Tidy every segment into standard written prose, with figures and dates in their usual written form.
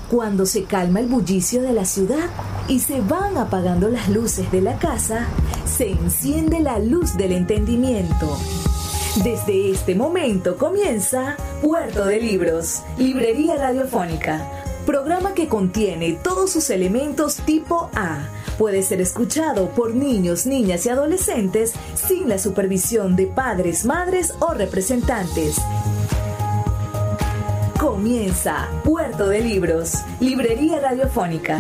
Cuando se calma el bullicio de la ciudad y se van apagando las luces de la casa, se enciende la luz del entendimiento. Desde este momento comienza Puerto de Libros, Librería Radiofónica, programa que contiene todos sus elementos tipo A. Puede ser escuchado por niños, niñas y adolescentes sin la supervisión de padres, madres o representantes. Comienza Puerto de Libros, Librería Radiofónica.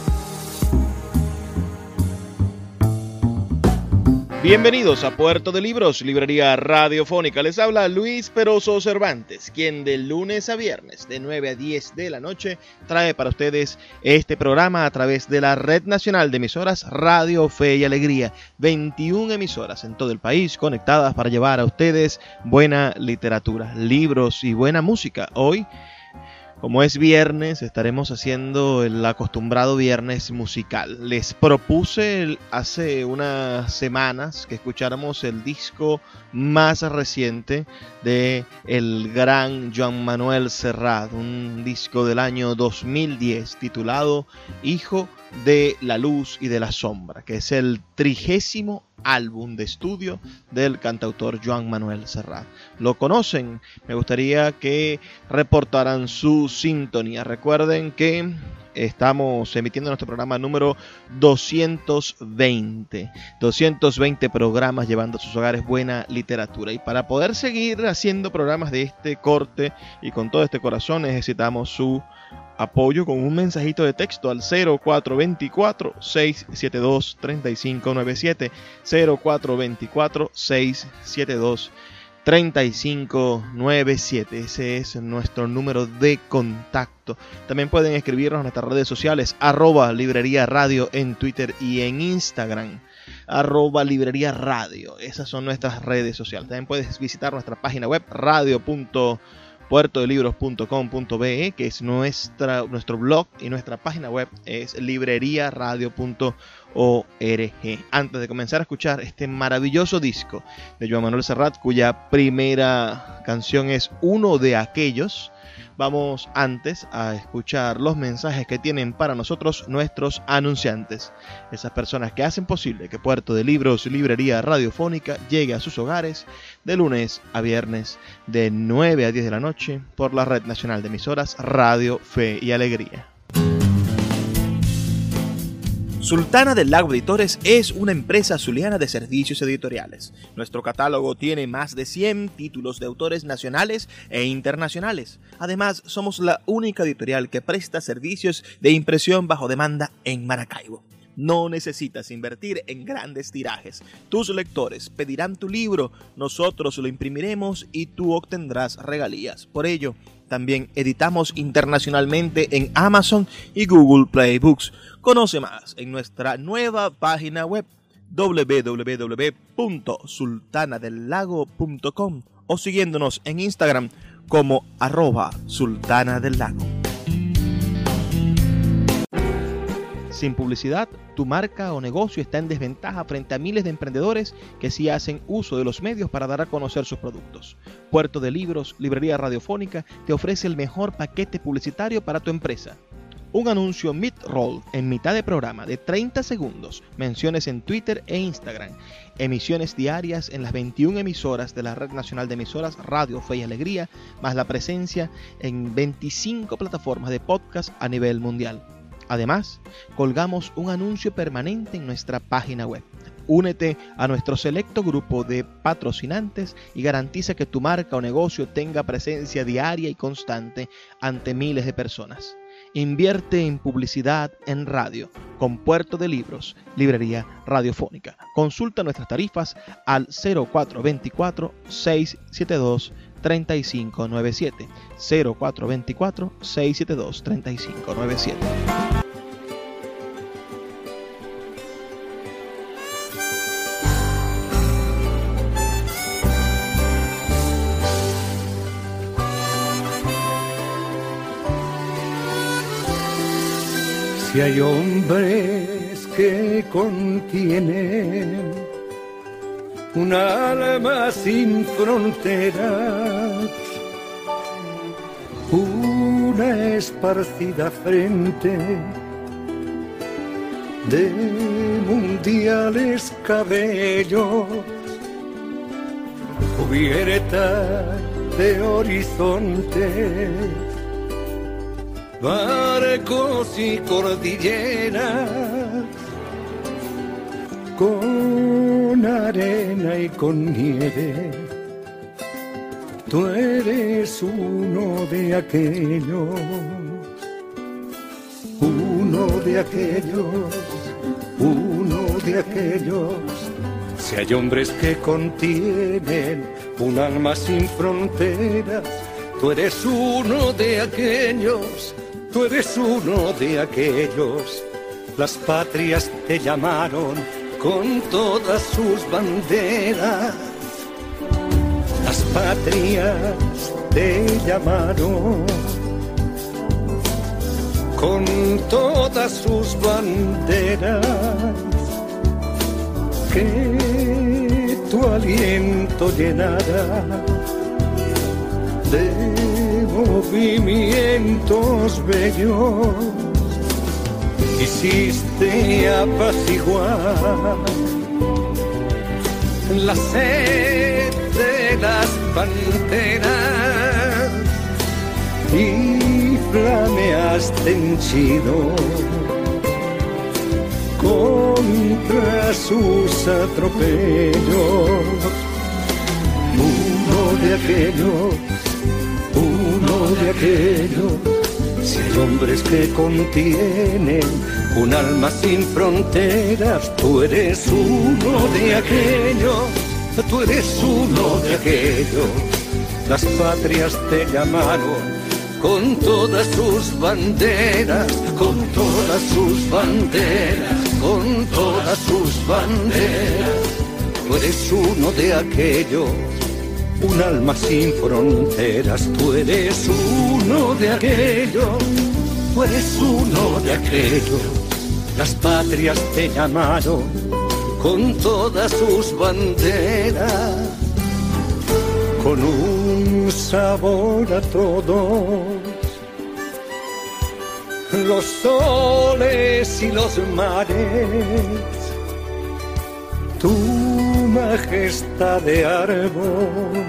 Bienvenidos a Puerto de Libros, Librería Radiofónica. Les habla Luis Peroso Cervantes, quien de lunes a viernes, de 9 a 10 de la noche, trae para ustedes este programa a través de la Red Nacional de Emisoras Radio Fe y Alegría. 21 emisoras en todo el país conectadas para llevar a ustedes buena literatura, libros y buena música. Hoy, como es viernes, estaremos haciendo el acostumbrado viernes musical. Les propuse hace unas semanas que escucháramos el disco más reciente de el gran Joan Manuel Serrat, un disco del año 2010 titulado Hijo de la Luz y de la Sombra, que es el 30º álbum de estudio del cantautor Joan Manuel Serrat. ¿Lo conocen? Me gustaría que reportaran su sintonía. Recuerden que estamos emitiendo nuestro programa número 220 programas llevando a sus hogares buena literatura, y para poder seguir haciendo programas de este corte y con todo este corazón necesitamos su apoyo con un mensajito de texto al 0424-672-3597, 0424-672-3597. Ese es nuestro número de contacto. También pueden escribirnos a nuestras redes sociales, @Librería Radio en Twitter y en Instagram, @Librería Radio. Esas son nuestras redes sociales. También puedes visitar nuestra página web, radio.puertodelibros.com.be, que es nuestro blog, y nuestra página web es libreriaradio.org. Antes de comenzar a escuchar este maravilloso disco de Joan Manuel Serrat, cuya primera canción es Uno de Aquellos, vamos antes a escuchar los mensajes que tienen para nosotros nuestros anunciantes, esas personas que hacen posible que Puerto de Libros, Librería Radiofónica, llegue a sus hogares de lunes a viernes de 9 a 10 de la noche por la Red Nacional de Emisoras Radio Fe y Alegría. Sultana del Lago Editores es una empresa zuliana de servicios editoriales. Nuestro catálogo tiene más de 100 títulos de autores nacionales e internacionales. Además, somos la única editorial que presta servicios de impresión bajo demanda en Maracaibo. No necesitas invertir en grandes tirajes. Tus lectores pedirán tu libro, nosotros lo imprimiremos y tú obtendrás regalías. Por ello, también editamos internacionalmente en Amazon y Google Play Books. Conoce más en nuestra nueva página web www.sultanadelago.com o siguiéndonos en Instagram como @sultanadelago. Sin publicidad, tu marca o negocio está en desventaja frente a miles de emprendedores que sí hacen uso de los medios para dar a conocer sus productos. Puerto de Libros, Librería Radiofónica, te ofrece el mejor paquete publicitario para tu empresa. Un anuncio mid-roll en mitad de programa de 30 segundos, menciones en Twitter e Instagram, emisiones diarias en las 21 emisoras de la Red Nacional de Emisoras Radio Fe y Alegría, más la presencia en 25 plataformas de podcast a nivel mundial. Además, colgamos un anuncio permanente en nuestra página web. Únete a nuestro selecto grupo de patrocinantes y garantiza que tu marca o negocio tenga presencia diaria y constante ante miles de personas. Invierte en publicidad en radio con Puerto de Libros, Librería Radiofónica. Consulta nuestras tarifas al 0424-672-3597, 0424-672-3597. Si hay hombres que contienen un alma sin fronteras, una esparcida frente de mundiales cabellos, cubierta de horizontes, barcos y cordilleras, con arena y con nieve. Tú eres uno de aquellos, uno de aquellos, uno de aquellos. Si hay hombres que contienen un alma sin fronteras, tú eres uno de aquellos, tú eres uno de aquellos. Las patrias te llamaron con todas sus banderas. Las patrias te llamaron con todas sus banderas. Que tu aliento llenara de movimientos bellos. Hiciste apaciguar la sed de las panteras y flameaste henchido contra sus atropellos. Uno de aquellos, uno de aquellos. Si hay hombres que contienen un alma sin fronteras, tú eres uno de aquellos, tú eres uno de aquellos. Las patrias te llamaron con todas sus banderas, con todas sus banderas, con todas sus banderas. Tú eres uno de aquellos, un alma sin fronteras. Tú eres uno de aquellos, tú eres uno de aquellos. Las patrias te llamaron con todas sus banderas, con un sabor a todos los soles y los mares. Tu majestad de árbol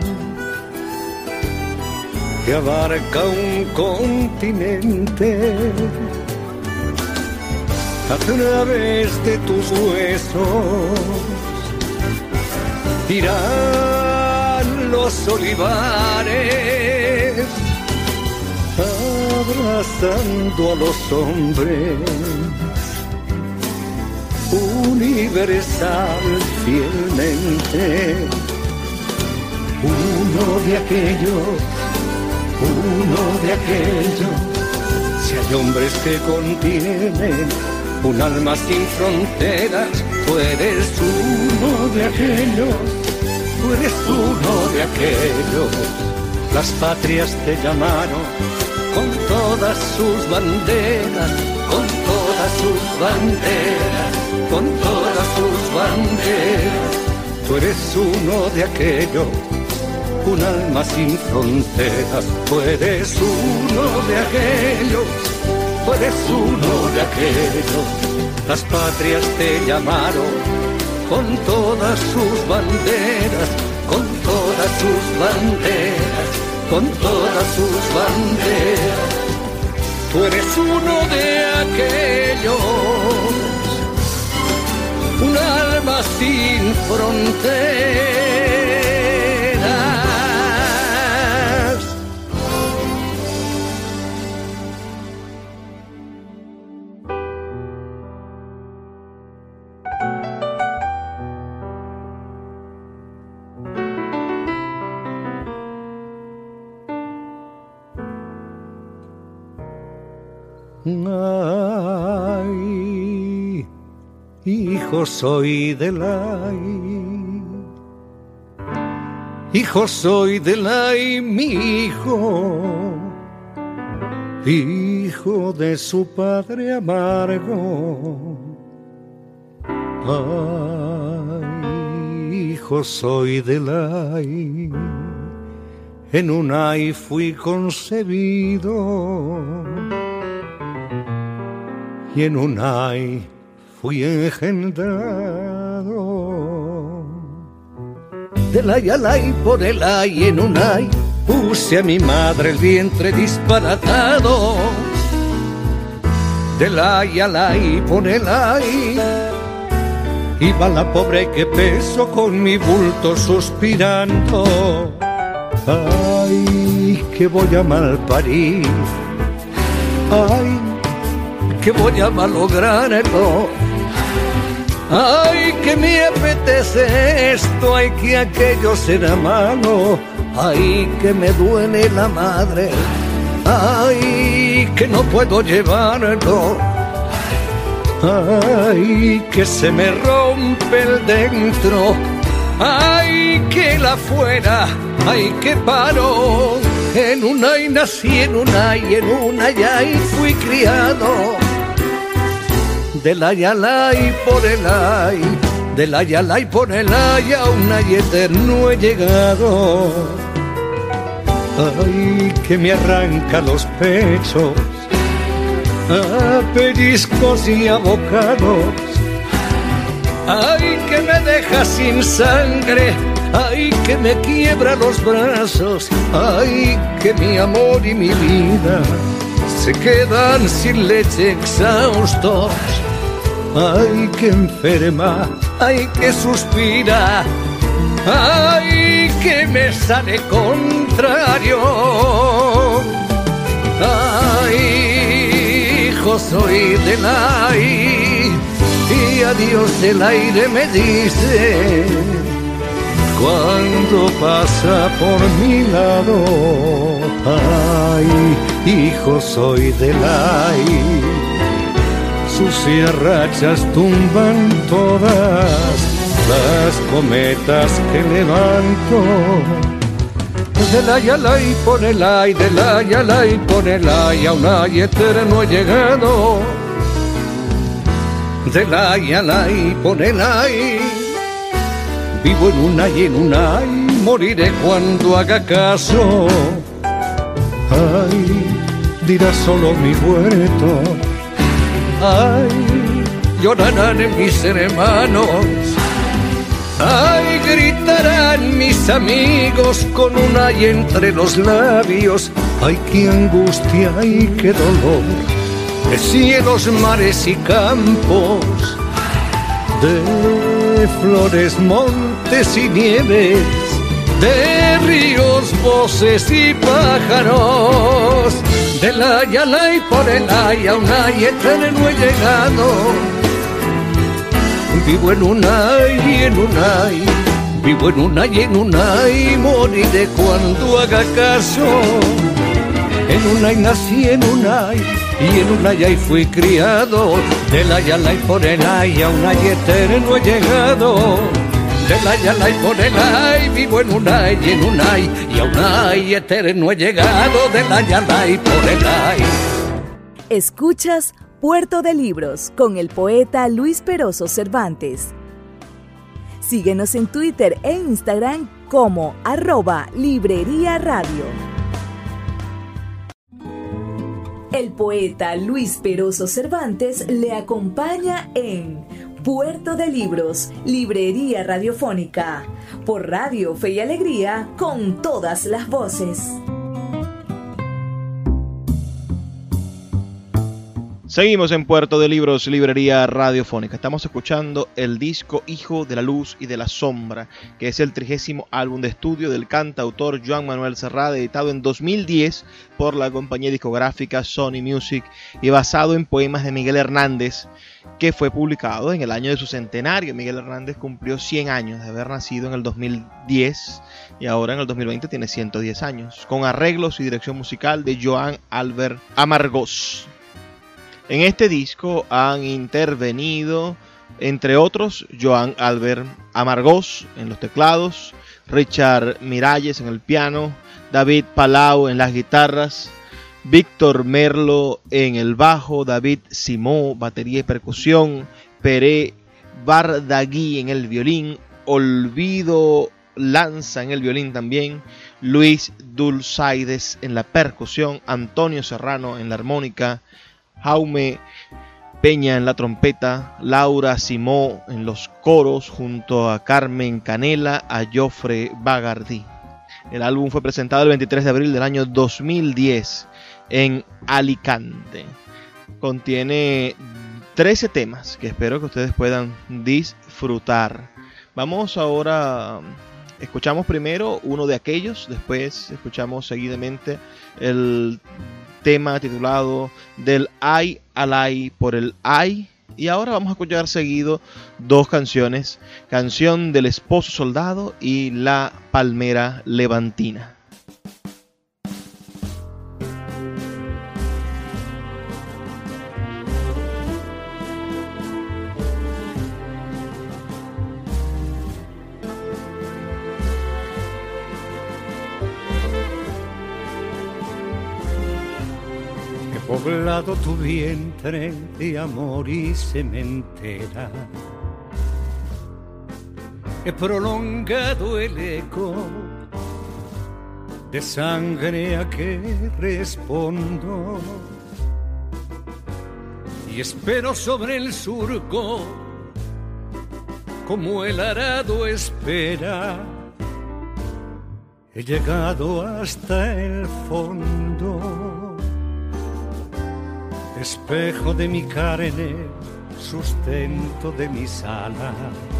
que abarca un continente, a través de tus huesos irán los olivares, abrazando a los hombres, universal fielmente. Uno de aquellos, uno de aquellos. Si hay hombres que contienen un alma sin fronteras, tú eres uno de aquellos, tú eres uno de aquellos. Las patrias te llamaron con todas sus banderas, con todas sus banderas, con todas sus banderas. Tú eres uno de aquellos, un alma sin fronteras. Tú eres uno de aquellos, tú eres uno de aquellos. Las patrias te llamaron con todas sus banderas, con todas sus banderas, con todas sus banderas. Tú eres uno de aquellos, un alma sin fronteras. Ay, hijo soy del ay, hijo soy del ay, mi hijo de su padre amargo. Ay, hijo soy del ay, en Unay fui concebido y en Unay fui engendrado. Del ay al ay por el ay en Unay puse a mi madre el vientre disparatado. Del ay al ay por el ay iba la pobre que peso con mi bulto suspirando. Ay, que voy a malparir, ay, que voy a malograrlo, ay, que me apetece esto, ay, que aquello será malo, ay, que me duele la madre, ay, que no puedo llevarlo, ay, que se me rompe el dentro, ay, que la afuera, ay, que paro. En Unay nací, en Unay, en Unay fui criado. Del ay al ay por el ay, del ay al ay por el ay, a Unay eterno he llegado. Ay, que me arranca los pechos a pellizcos y a bocados. Ay, que me deja sin sangre, ay, que me quiebra los brazos, ay, que mi amor y mi vida se quedan sin leche exhaustos. Ay, que enferma, ay, que suspira, ay, que me sale contrario. Ay, hijo soy del ay, y a Dios el aire me dice cuando pasa por mi lado. Ay, hijo soy del ay, sus sierrachas tumban todas las cometas que levanto. Del ay al ay por el ay, del ay al ay por el ay, a un ay eterno he llegado. Del ay al ay por el ay, vivo en Unay, moriré cuando haga caso. Ay, dirá solo mi huerto, ay, llorarán mis hermanos, ay, gritarán mis amigos con Unay entre los labios. Ay, qué angustia, ay, qué dolor, de cielos, mares y campos, de flores, montes y nieves, de ríos, voces y pájaros. Del ay al ay por el ay, a Unay eterno he llegado. Vivo en Unay y en Unay, vivo en Unay y en Unay, moriré cuando haga caso. En Unay nací, en Unay, y en Unay ahí fui criado. Del ay al ay por el ay, a Unay eterno he llegado. Del ay al ay por el ay, vivo en Unay y en Unay, y a Unay eterno he llegado. Del ay al ay por el ay. Escuchas Puerto de Libros con el poeta Luis Peroso Cervantes. Síguenos en Twitter e Instagram como @Librería Radio. El poeta Luis Peroso Cervantes le acompaña en Puerto de Libros, Librería Radiofónica, por Radio Fe y Alegría, con todas las voces. Seguimos en Puerto de Libros, Librería Radiofónica. Estamos escuchando el disco Hijo de la Luz y de la Sombra, que es el 30º álbum de estudio del cantautor Joan Manuel Serrat, editado en 2010 por la compañía discográfica Sony Music y basado en poemas de Miguel Hernández, que fue publicado en el año de su centenario. Miguel Hernández cumplió 100 años de haber nacido en el 2010 y ahora en el 2020 tiene 110 años, con arreglos y dirección musical de Joan Albert Amargós. En este disco han intervenido, entre otros, Joan Albert Amargós en los teclados, Richard Miralles en el piano, David Palau en las guitarras, Víctor Merlo en el bajo, David Simó, batería y percusión, Pere Bardagui en el violín, Olvido Lanza en el violín también, Luis Dulzaides en la percusión, Antonio Serrano en la armónica, Jaume Peña en la trompeta, Laura Simó en los coros junto a Carmen Canela, a Jofre Bagardí. El álbum fue presentado el 23 de abril del año 2010 en Alicante. Contiene 13 temas que espero que ustedes puedan disfrutar. Vamos ahora, escuchamos primero uno de aquellos, después escuchamos seguidamente el tema titulado Del Ay al Ay por el Ay, y ahora vamos a escuchar seguido dos canciones, Canción del Esposo Soldado y La Palmera Levantina. Poblado tu vientre de amor y sementera, he prolongado el eco de sangre a que respondo, y espero sobre el surco como el arado espera. He llegado hasta el fondo, espejo de mi carne, sustento de mis alas.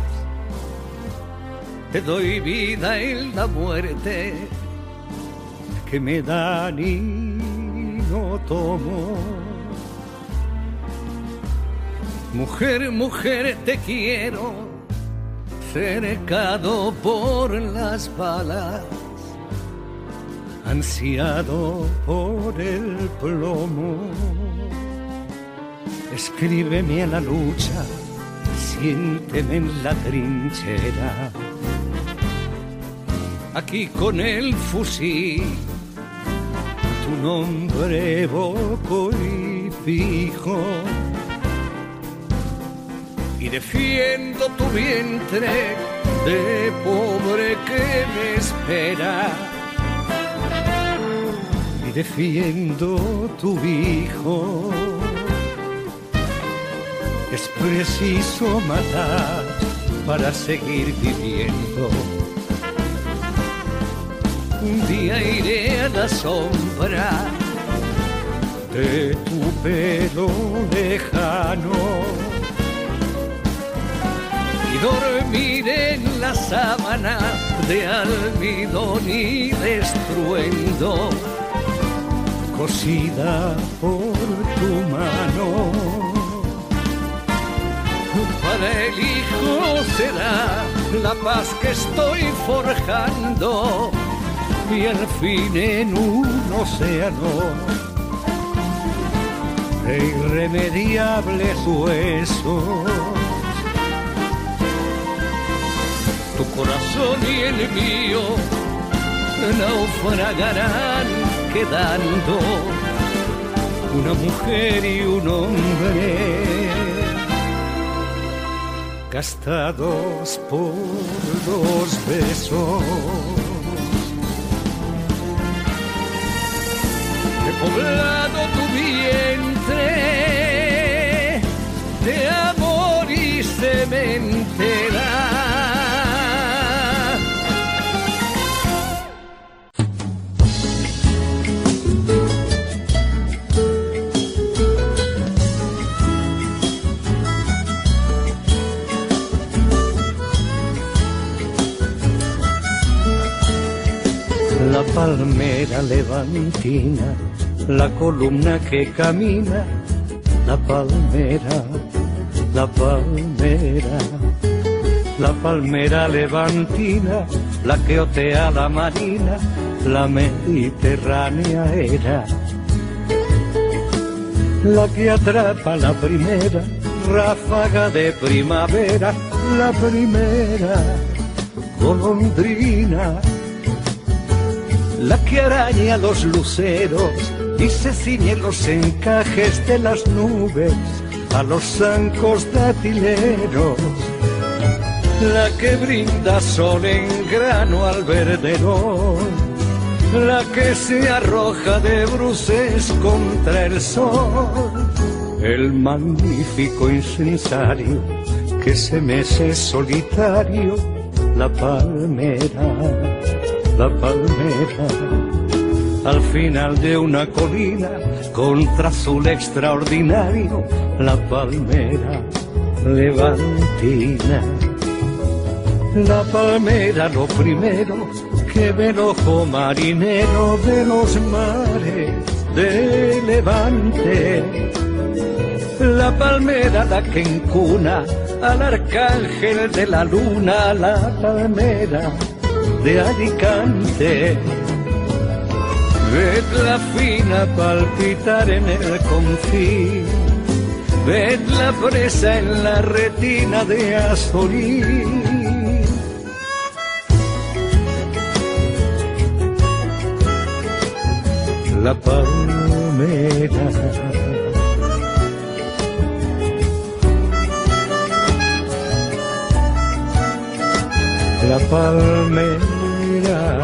Te doy vida en la muerte que me dan y no tomo. Mujer, mujer, te quiero, cercado por las balas, ansiado por el plomo. Escríbeme a la lucha, siénteme en la trinchera. Aquí con el fusil, tu nombre evoco y fijo, y defiendo tu vientre de pobre que me espera. Y defiendo tu hijo. Es preciso matar para seguir viviendo. Un día iré a la sombra de tu pelo lejano y dormiré en la sábana de almidón y de estruendo, cosida por tu mano. Para el hijo será la paz que estoy forjando, y al fin en un océano de irremediables huesos, tu corazón y el mío naufragarán quedando una mujer y un hombre, gastados por los besos. He poblado tu vientre de amor y sementera. La palmera levantina, la columna que camina, la palmera, la palmera, la palmera levantina, la que otea la marina, la mediterránea era, la que atrapa la primera ráfaga de primavera, la primera golondrina, la que araña los luceros y se ciñe los encajes de las nubes a los zancos datileros, la que brinda sol en grano al verderón, la que se arroja de bruces contra el sol, el magnífico incensario que se mece solitario, la palmera, al final de una colina, contra azul extraordinario, la palmera levantina. La palmera lo primero que ve el ojo marinero de los mares de Levante. La palmera la que encuna al arcángel de la luna, la palmera de Alicante. Ved la fina palpitar en el confín, ved la presa en la retina de Azorín. La palmera, la palmera,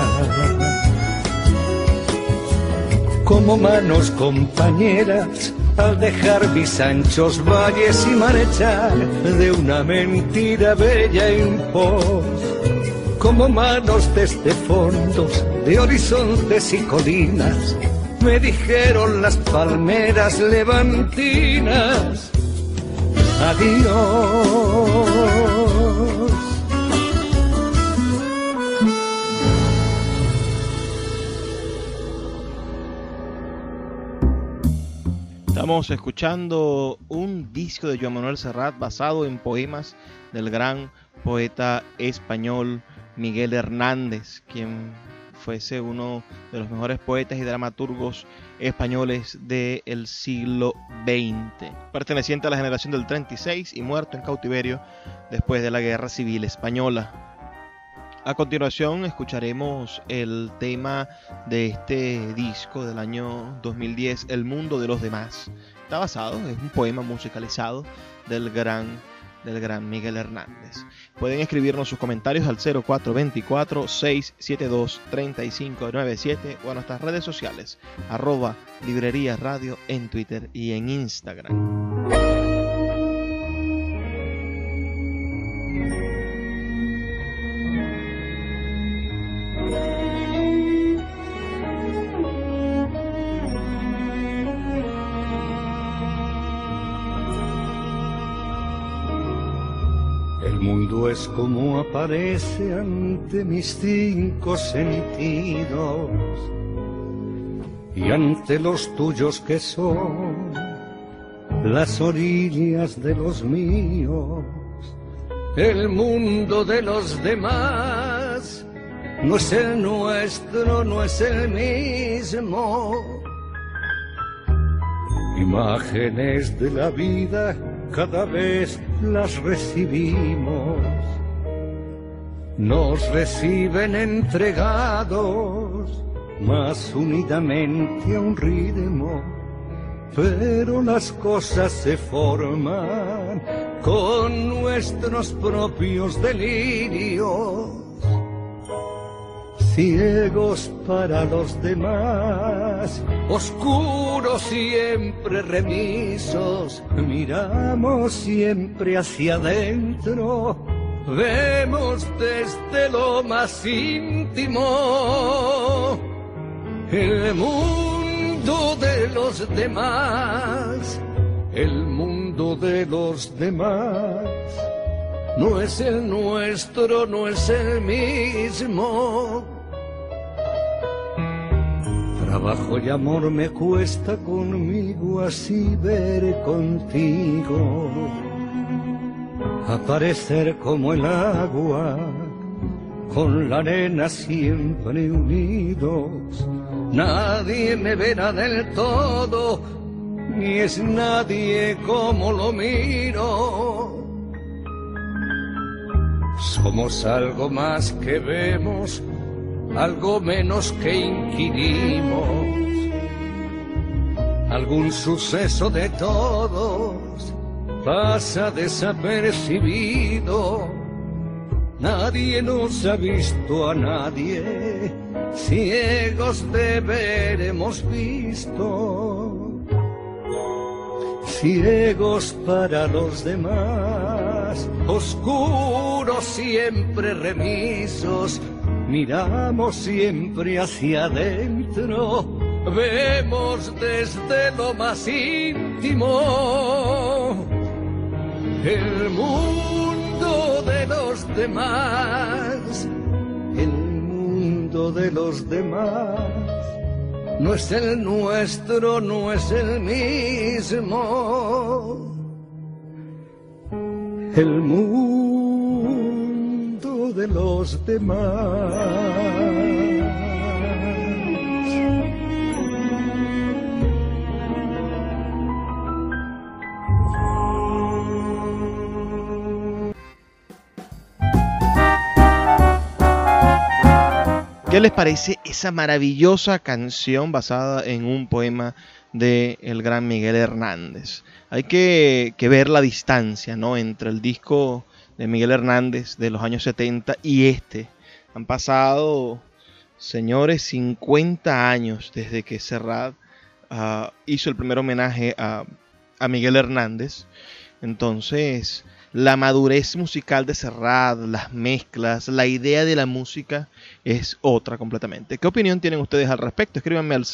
como manos compañeras al dejar mis anchos valles y marchar de una mentira bella en pos, como manos desde fondos de horizontes y colinas, me dijeron las palmeras levantinas, adiós. Estamos escuchando un disco de Joan Manuel Serrat basado en poemas del gran poeta español Miguel Hernández, quien fuese uno de los mejores poetas y dramaturgos españoles del siglo XX, perteneciente a la generación del 36 y muerto en cautiverio después de la Guerra Civil Española. A continuación escucharemos el tema de este disco del año 2010, El mundo de los demás. Está basado, es un poema musicalizado del gran Miguel Hernández. Pueden escribirnos sus comentarios al 0424-672-3597 o a nuestras redes sociales, @Librería Radio en Twitter y en Instagram. El mundo es como aparece ante mis 5 sentidos y ante los tuyos que son las orillas de los míos. El mundo de los demás no es el nuestro, no es el mismo. Imágenes de la vida cada vez las recibimos, nos reciben entregados más unidamente a un ritmo, pero las cosas se forman con nuestros propios delirios. Ciegos para los demás, oscuros siempre remisos, miramos siempre hacia adentro, vemos desde lo más íntimo el mundo de los demás, el mundo de los demás. No es el nuestro, no es el mismo. Trabajo y amor me cuesta conmigo así ver contigo, aparecer como el agua, con la arena siempre unidos. Nadie me verá del todo, ni es nadie como lo miro. Somos algo más que vemos, algo menos que inquirimos. Algún suceso de todos pasa desapercibido. nadie nos ha visto a nadie, ciegos de ver hemos visto, ciegos para los demás, oscuros siempre remisos, miramos siempre hacia adentro, vemos desde lo más íntimo el mundo de los demás, el mundo de los demás no es el nuestro, no es el mismo, el mundo de los demás. ¿Qué les parece esa maravillosa canción basada en un poema del gran Miguel Hernández? Hay que ver la distancia, ¿no?, entre el disco de Miguel Hernández de los años 70 y este. Han pasado, señores, 50 años desde que Serrat hizo el primer homenaje a Miguel Hernández. Entonces, la madurez musical de Serrat, las mezclas, la idea de la música es otra completamente. ¿Qué opinión tienen ustedes al respecto? Escríbanme al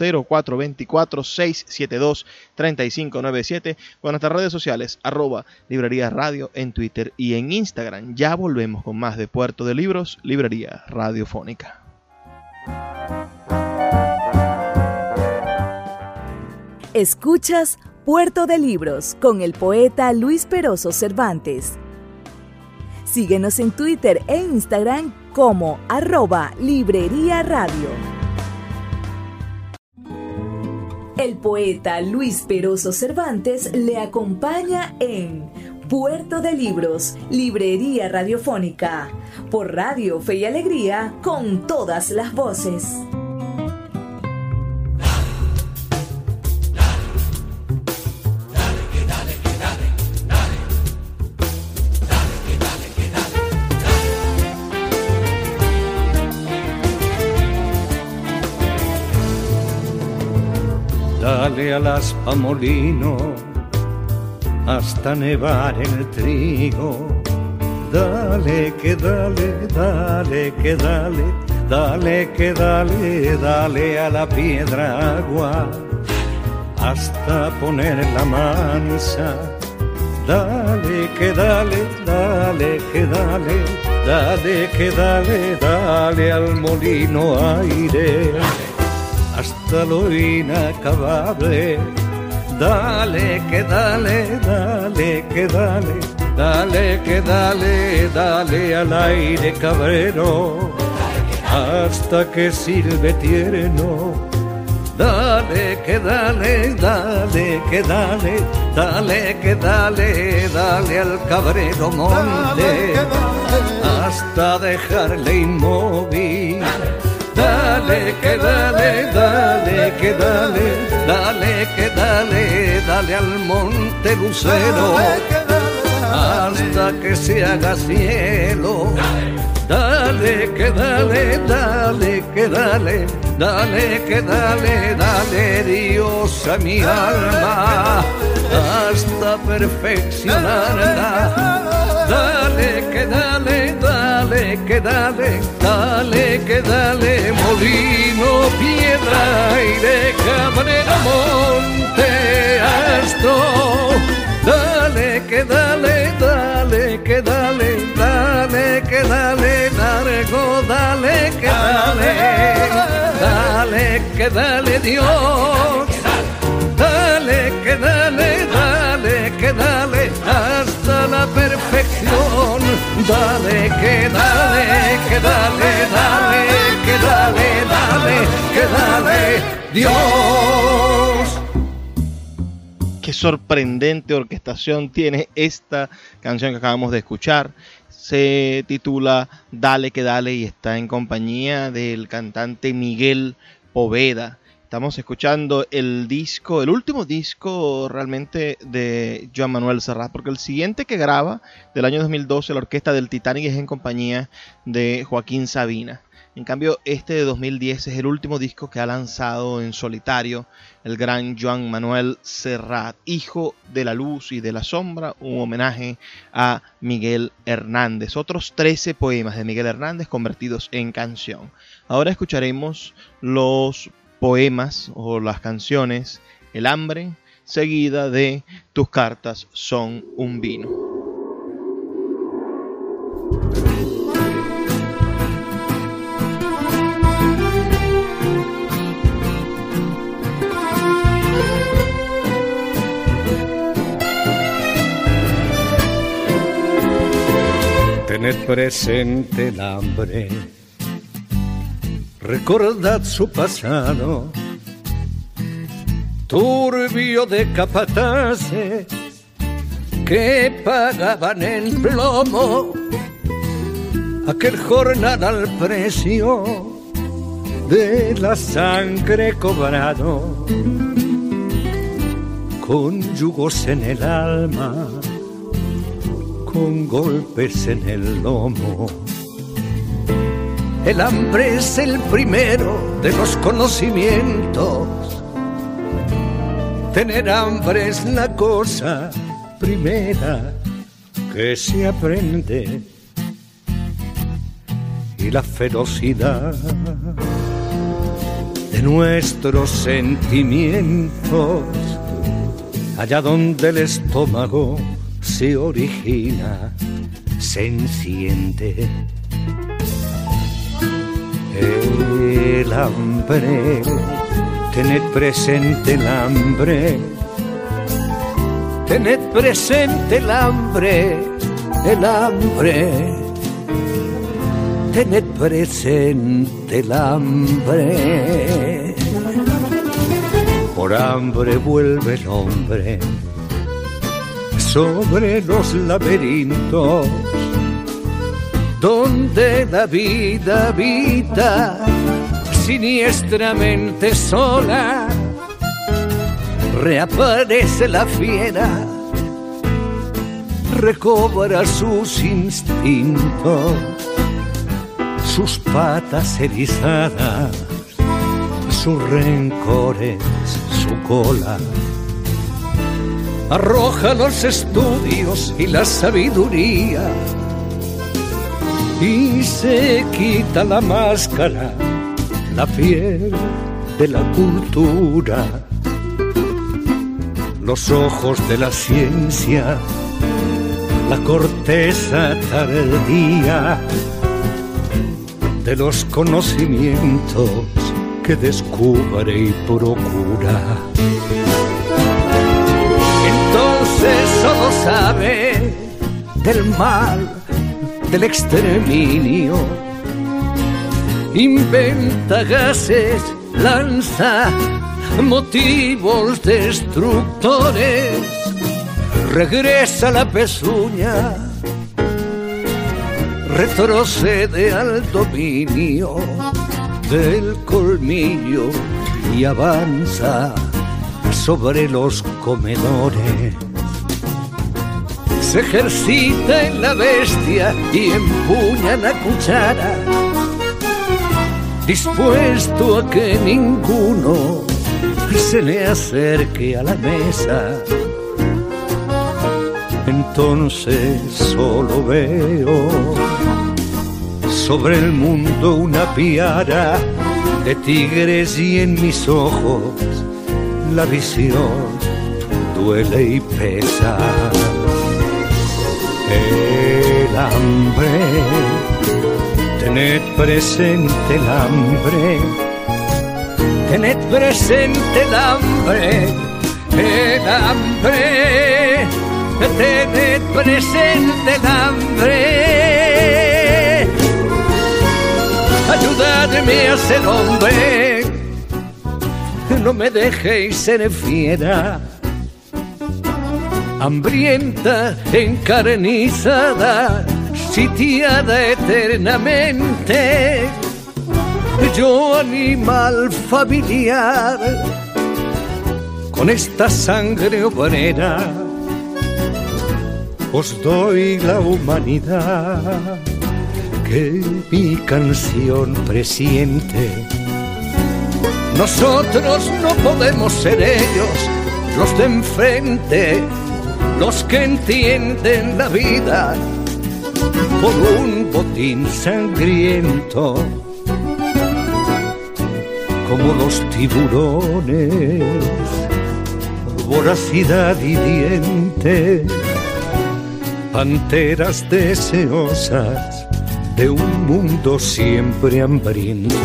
0424-672-3597 o en nuestras redes sociales, @Librería Radio en Twitter y en Instagram. Ya volvemos con más de Puerto de Libros, Librería Radiofónica. Escuchas Puerto de Libros con el poeta Luis Peroso Cervantes. Síguenos en Twitter e Instagram como @Librería Radio. El poeta Luis Peroso Cervantes le acompaña en Puerto de Libros, Librería Radiofónica, por Radio Fe y Alegría, con todas las voces. Dale al aspa molino hasta nevar el trigo. Dale que dale, dale que dale, dale que dale, dale a la piedra agua hasta ponerla mansa. Dale que dale, dale que dale, dale que dale, dale al molino aire hasta lo inacabable. Dale que dale, dale que dale, dale que dale, dale al aire cabrero hasta que silbe tierno. Dale que dale, dale que dale, dale que dale, dale al cabrero monte hasta dejarle inmóvil. Dale que dale, dale que dale, dale que dale, dale al monte lucero hasta que se haga cielo. Dale que dale, dale que dale, dale que dale, dale Dios a mi alma hasta perfeccionarla. Dale que dale, dale que dale, dale que dale, molino, piedra, aire, cabrero, monte, astro. Dale que dale, dale que dale, dale que dale, largo, dale que dale, dale que dale Dios. Dale que dale, dale que dale, hasta la perfección. Dale que dale, que dale, dale, que dale, dale, que dale Dios. Qué sorprendente orquestación tiene esta canción que acabamos de escuchar. Se titula Dale que dale y está en compañía del cantante Miguel Poveda. Estamos escuchando el último disco realmente de Joan Manuel Serrat, porque el siguiente que graba, del año 2012, la Orquesta del Titanic, es en compañía de Joaquín Sabina. En cambio, este de 2010 es el último disco que ha lanzado en solitario el gran Joan Manuel Serrat, hijo de la luz y de la sombra, un homenaje a Miguel Hernández. Otros 13 poemas de Miguel Hernández convertidos en canción. Ahora escucharemos los poemas o las canciones El hambre, seguida de Tus cartas son un vino. Tened presente el hambre, recordad su pasado, turbio de capataces que pagaban en plomo aquel jornal al precio de la sangre cobrado, con yugos en el alma, con golpes en el lomo. El hambre es el primero de los conocimientos. Tener hambre es la cosa primera que se aprende. Y la ferocidad de nuestros sentimientos, allá donde el estómago se origina, se enciende. El hambre, tened presente el hambre, tened presente el hambre, el hambre, tened presente el hambre. Por hambre vuelve el hombre sobre los laberintos donde la vida habita siniestramente sola. Reaparece la fiera, recobra sus instintos, sus patas erizadas, sus rencores, su cola. Arroja los estudios y la sabiduría y se quita la máscara, la piel de la cultura, los ojos de la ciencia, la corteza tardía de los conocimientos que descubre y procura. Entonces solo sabe del mal, del exterminio, inventa gases, lanza motivos destructores, regresa la pezuña, retrocede al dominio del colmillo y avanza sobre los comedores. Se ejercita en la bestia y empuña la cuchara, dispuesto a que ninguno se le acerque a la mesa. Entonces solo veo sobre el mundo una piara de tigres y en mis ojos la visión duele y pesa. El hambre, tened presente el hambre, tened presente el hambre, el hambre, tened presente el hambre. Ayudadme a ser hombre, no me dejéis ser fiera, hambrienta, encarnizada, sitiada eternamente. Yo, animal familiar, con esta sangre obrera, os doy la humanidad que mi canción presiente. Nosotros no podemos ser ellos, los de enfrente, los que entienden la vida por un botín sangriento. Como los tiburones, voracidad y diente, panteras deseosas de un mundo siempre hambriento.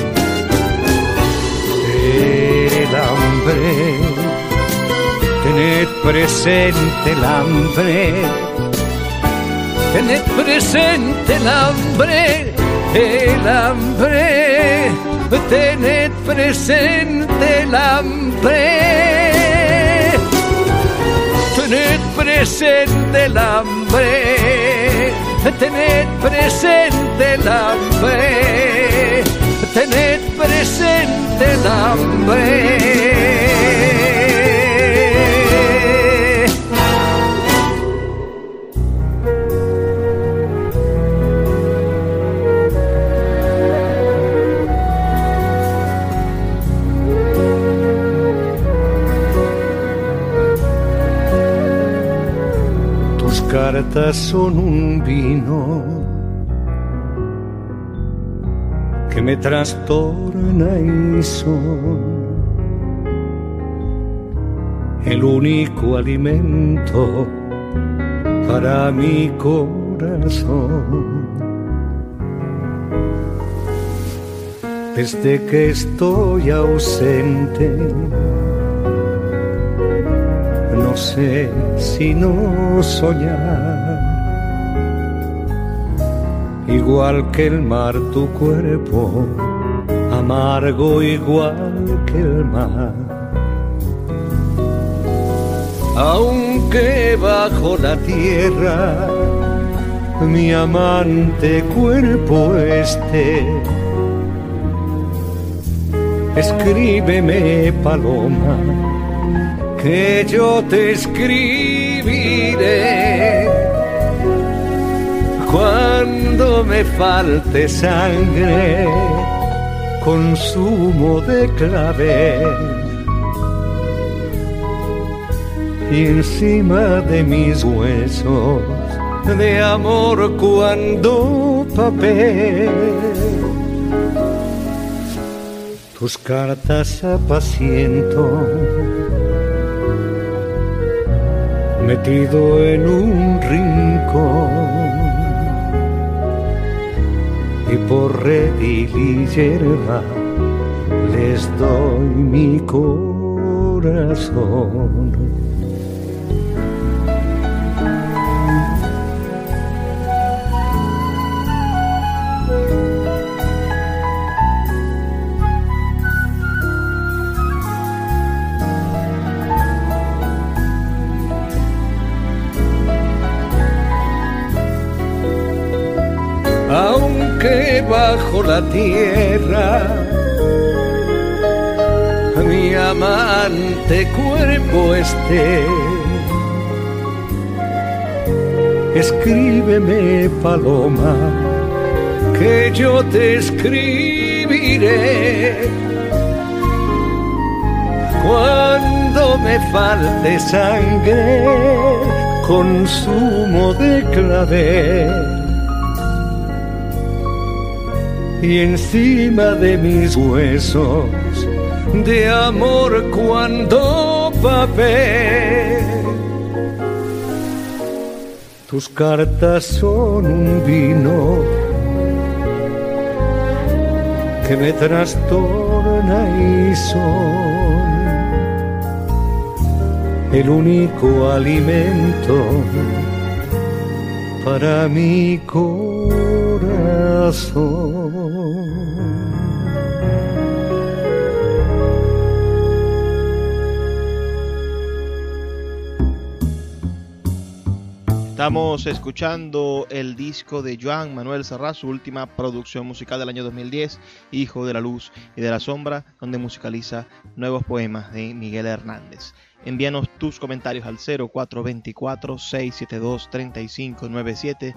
El hambre, tened presente el hambre, tened presente el hambre, el hambre, tened presente el hambre, tened presente el hambre, tened presente el hambre, tened presente el hambre. Tus cartas son un vino que me trastorna y son el único alimento para mi corazón. Desde que estoy ausente, no sé si no soñar. Igual que el mar tu cuerpo, amargo igual que el mar. Aunque bajo la tierra mi amante cuerpo esté, escríbeme, paloma, que yo te escribiré. Cuando me falte sangre, consumo de clavel, y encima de mis huesos de amor cuando papel. Tus cartas apaciento, metido en un rincón, y por redil y hierba les doy mi corazón. Aunque bajo la tierra mi amante cuerpo esté, escríbeme, paloma, que yo te escribiré. Cuando me falte sangre, consumo de clavel, y encima de mis huesos de amor cuando papel. Tus cartas son un vino que me trastorna y son el único alimento para mi corazón. Estamos escuchando el disco de Joan Manuel Serrat, su última producción musical del año 2010, Hijo de la Luz y de la Sombra, donde musicaliza nuevos poemas de Miguel Hernández. Envíanos tus comentarios al 0424-672-3597,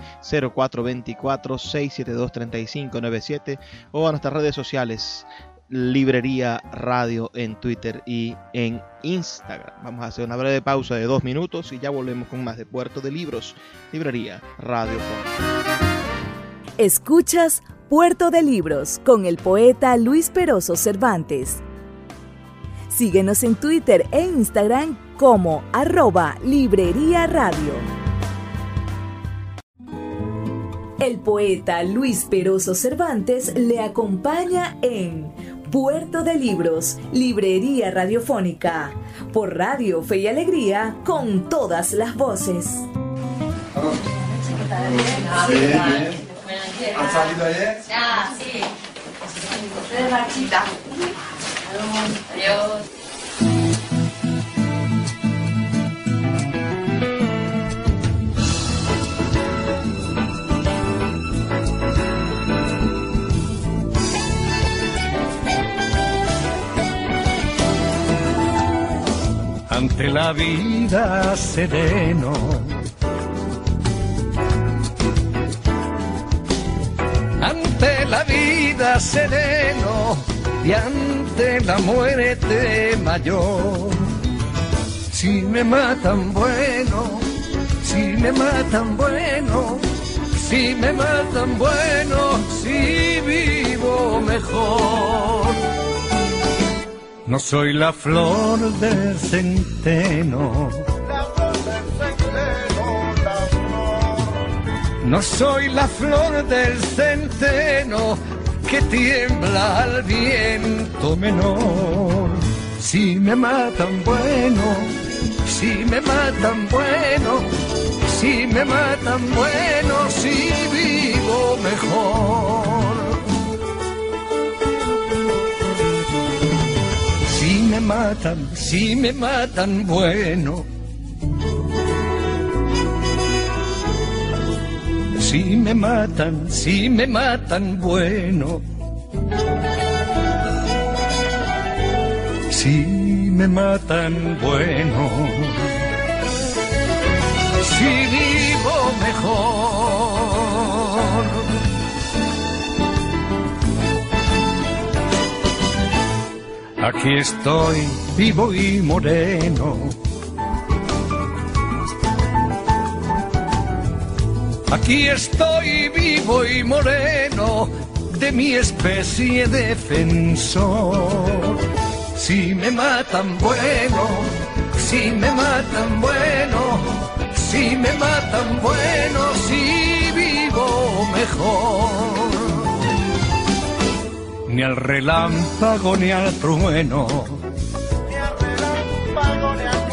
0424-672-3597 o a nuestras redes sociales, Librería Radio en Twitter y en Instagram. Vamos a hacer una breve pausa de 2 minutos y ya volvemos con más de Puerto de Libros, Librería Radio Fónica. Escuchas Puerto de Libros con el poeta Luis Peroso Cervantes. Síguenos en Twitter e Instagram como @Librería Radio. El poeta Luis Peroso Cervantes le acompaña en Puerto de Libros, Librería Radiofónica, por Radio Fe y Alegría, con todas las voces. ¿Han salido ayer? Ya, sí. Ustedes marchita. Adiós. Ante la vida sereno, ante la vida sereno y ante la muerte mayor. Si me matan bueno, si me matan bueno, si me matan bueno, si vivo mejor. No soy la flor del centeno, no soy la flor del centeno que tiembla al viento menor. Si me matan bueno, si me matan bueno, si me matan bueno, si vivo mejor. Si me matan bueno, si me matan bueno, si me matan bueno, si vivo mejor. Aquí estoy vivo y moreno, aquí estoy vivo y moreno, de mi especie defensor. Si me matan bueno, si me matan bueno, si me matan bueno, si vivo mejor. Ni al relámpago ni al trueno, Ni al relámpago ni al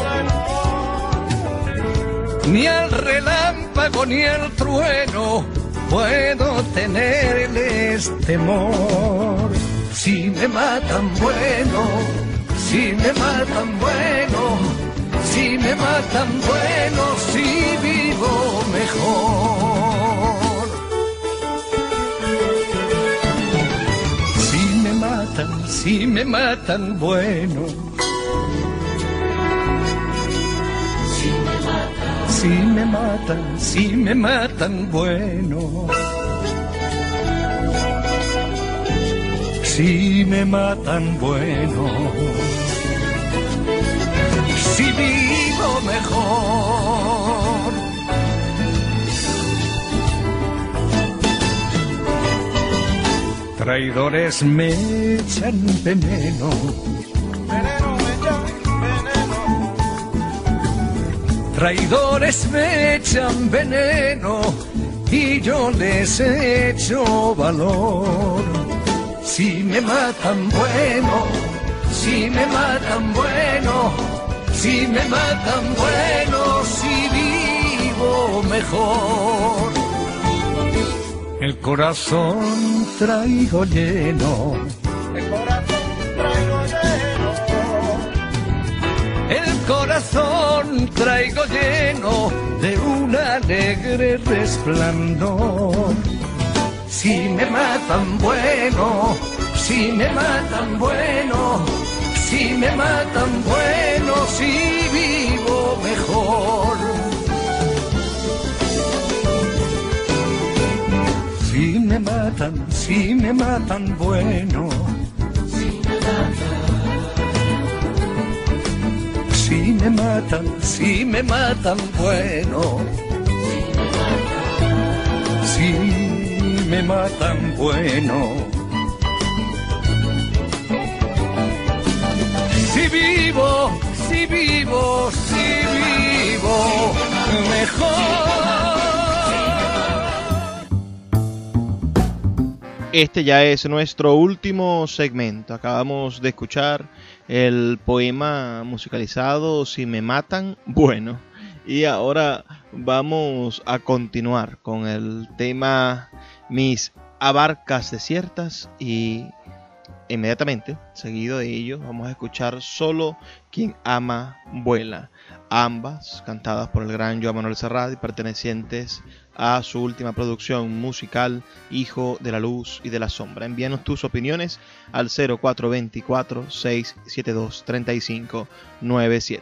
trueno, ni al relámpago ni al trueno puedo tenerles temor. Si me matan bueno, si me matan bueno, si me matan bueno, si vivo mejor. Si me matan bueno, si me matan bueno, si me matan bueno, si vivo mejor. Traidores me echan veneno, traidores me echan veneno y yo les echo valor. Si me matan bueno, si me matan bueno, si me matan bueno, si vivo mejor. El corazón traigo lleno, el corazón traigo lleno, el corazón traigo lleno de un alegre resplandor. Si me matan bueno, si me matan bueno, si me matan bueno, si vivo mejor. Si me matan bueno, si me matan bueno, si me matan bueno, si vivo mejor. Este ya es nuestro último segmento. Acabamos de escuchar el poema musicalizado Si me matan, bueno. Y ahora vamos a continuar con el tema Mis abarcas desiertas y inmediatamente, seguido de ello, vamos a escuchar Solo quien ama vuela. Ambas cantadas por el gran Joan Manuel Serrat y pertenecientes a su última producción musical, Hijo de la Luz y de la Sombra. Envíanos tus opiniones al 0424-672-3597.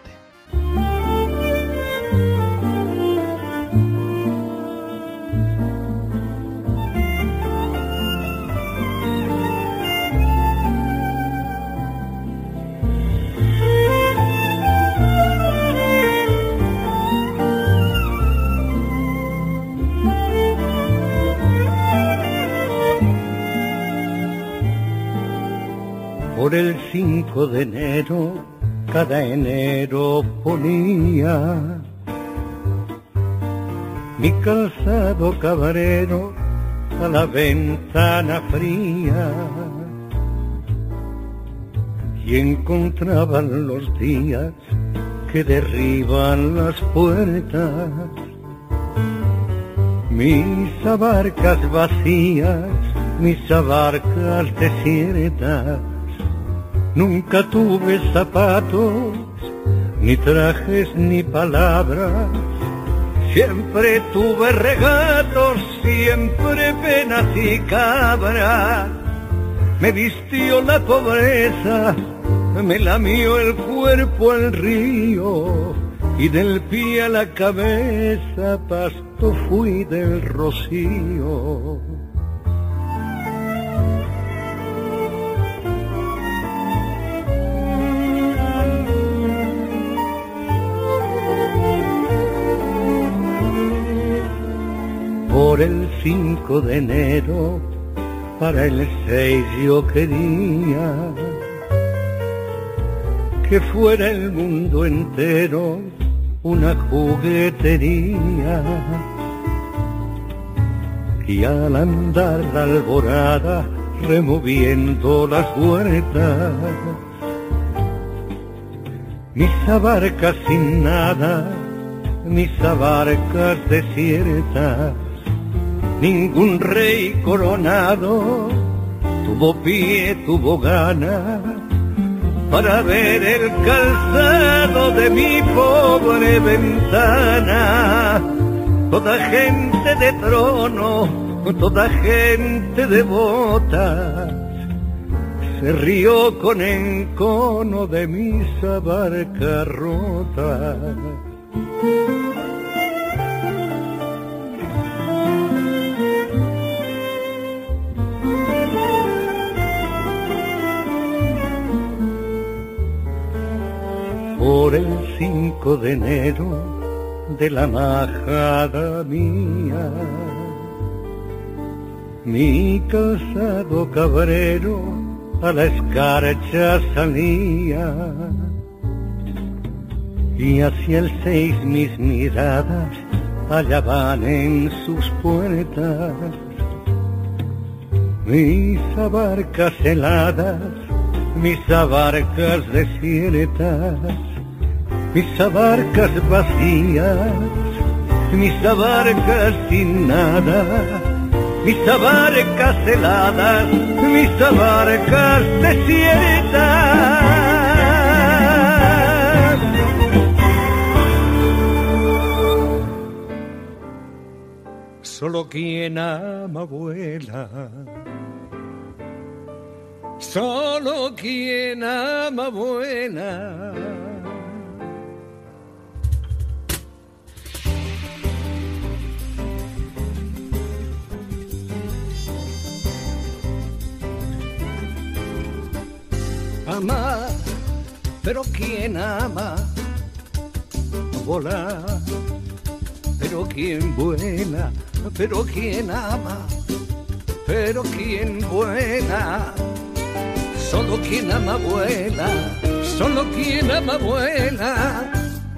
Por el 5 de enero, cada enero ponía mi calzado cabrero a la ventana fría y encontraban los días que derriban las puertas, mis abarcas vacías, mis abarcas desiertas. Nunca tuve zapatos, ni trajes, ni palabras. Siempre tuve regalos, siempre penas y cabras. Me vistió la pobreza, me lamió el cuerpo el río, y del pie a la cabeza pasto fui del rocío. Por el 5 de enero, para el 6 yo quería que fuera el mundo entero una juguetería. Y al andar la alborada removiendo las huertas, mis abarcas sin nada, mis abarcas desiertas. Ningún rey coronado tuvo pie, tuvo gana para ver el calzado de mi pobre ventana. Toda gente de trono, toda gente de botas, se rió con encono de mis abarcas rotas. Por el 5 de enero de la majada mía, mi calzado cabrero a la escarcha salía, y hacia el 6 mis miradas allá van en sus puertas. Mis abarcas heladas, mis abarcas desiertas, mis abarcas vacías, mis abarcas sin nada, mis abarcas heladas, mis abarcas desiertas. Solo quien ama vuela. Solo quien ama vuela. Ama, pero quien ama vola. Pero quien vuela, pero quien ama, pero quien vuela. Solo quien ama vuela, solo quien ama vuela.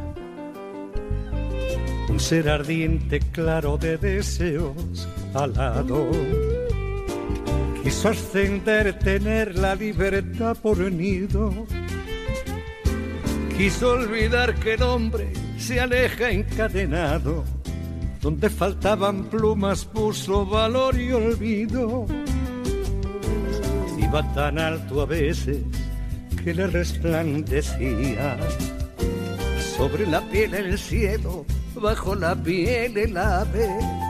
Un ser ardiente, claro de deseos alado, quiso ascender, tener la libertad por nido. Quiso olvidar que el hombre se aleja encadenado. Donde faltaban plumas puso valor y olvido. Iba tan alto a veces que le resplandecía. Sobre la piel el cielo, bajo la piel el ave.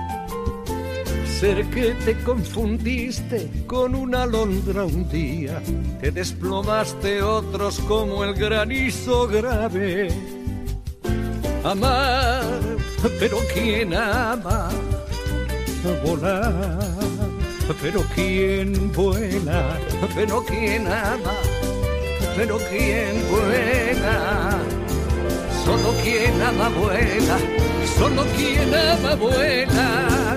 Ser que te confundiste con una alondra un día. Te desplomaste otros como el granizo grave. Amar, pero quien ama, volar, pero quien vuela, pero quien ama, pero quien vuela. Solo quien ama vuela, solo quien ama vuela.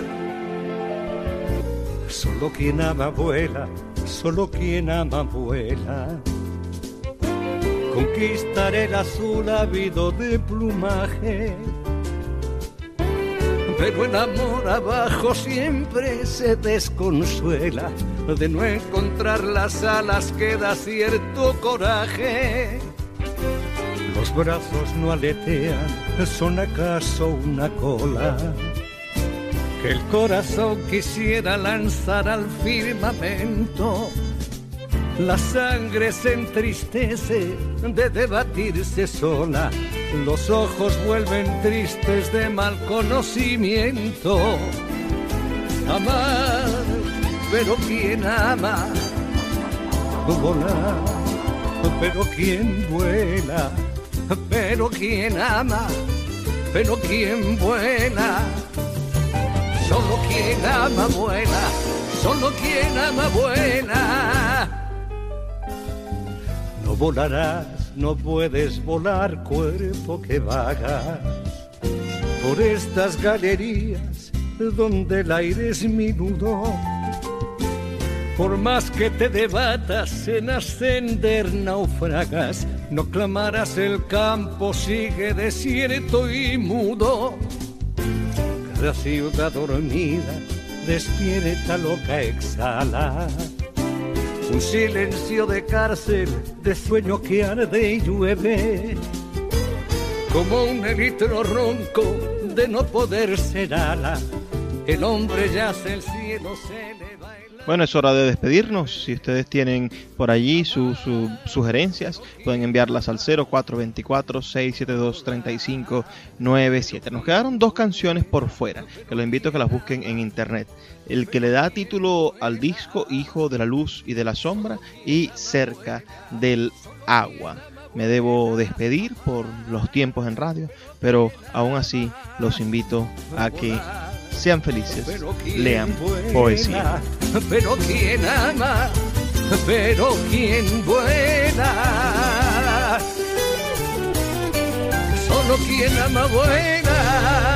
Solo quien ama vuela, solo quien ama vuela. Conquistaré el azul ávido de plumaje, pero el amor abajo siempre se desconsuela. De no encontrar las alas queda cierto coraje. Los brazos no aletean, son acaso una cola que el corazón quisiera lanzar al firmamento. La sangre se entristece de debatirse sola, los ojos vuelven tristes de mal conocimiento. Amar, pero quien ama, volar, pero quien vuela, pero quien ama, pero quien vuela. Solo quien ama vuela, solo quien ama vuela. No volarás, no puedes volar, cuerpo que vagas por estas galerías donde el aire es minudo. Por más que te debatas en ascender naufragas, no clamarás, el campo sigue desierto y mudo. Cada ciudad dormida despierta loca exhala un silencio de cárcel, de sueño que arde y llueve, como un elitro ronco de no poder ser ala. El hombre yace, el cielo se eleva. Bueno, es hora de despedirnos. Si ustedes tienen por allí sus sugerencias, pueden enviarlas al 0424-672-3597. Nos quedaron 2 canciones por fuera, que los invito a que las busquen en internet. El que le da título al disco, Hijo de la Luz y de la Sombra, y Cerca del Agua. Me debo despedir por los tiempos en radio, pero aún así los invito a que sean felices, lean poesía. Pero quien ama, pero quien vuela. Solo quien ama vuela.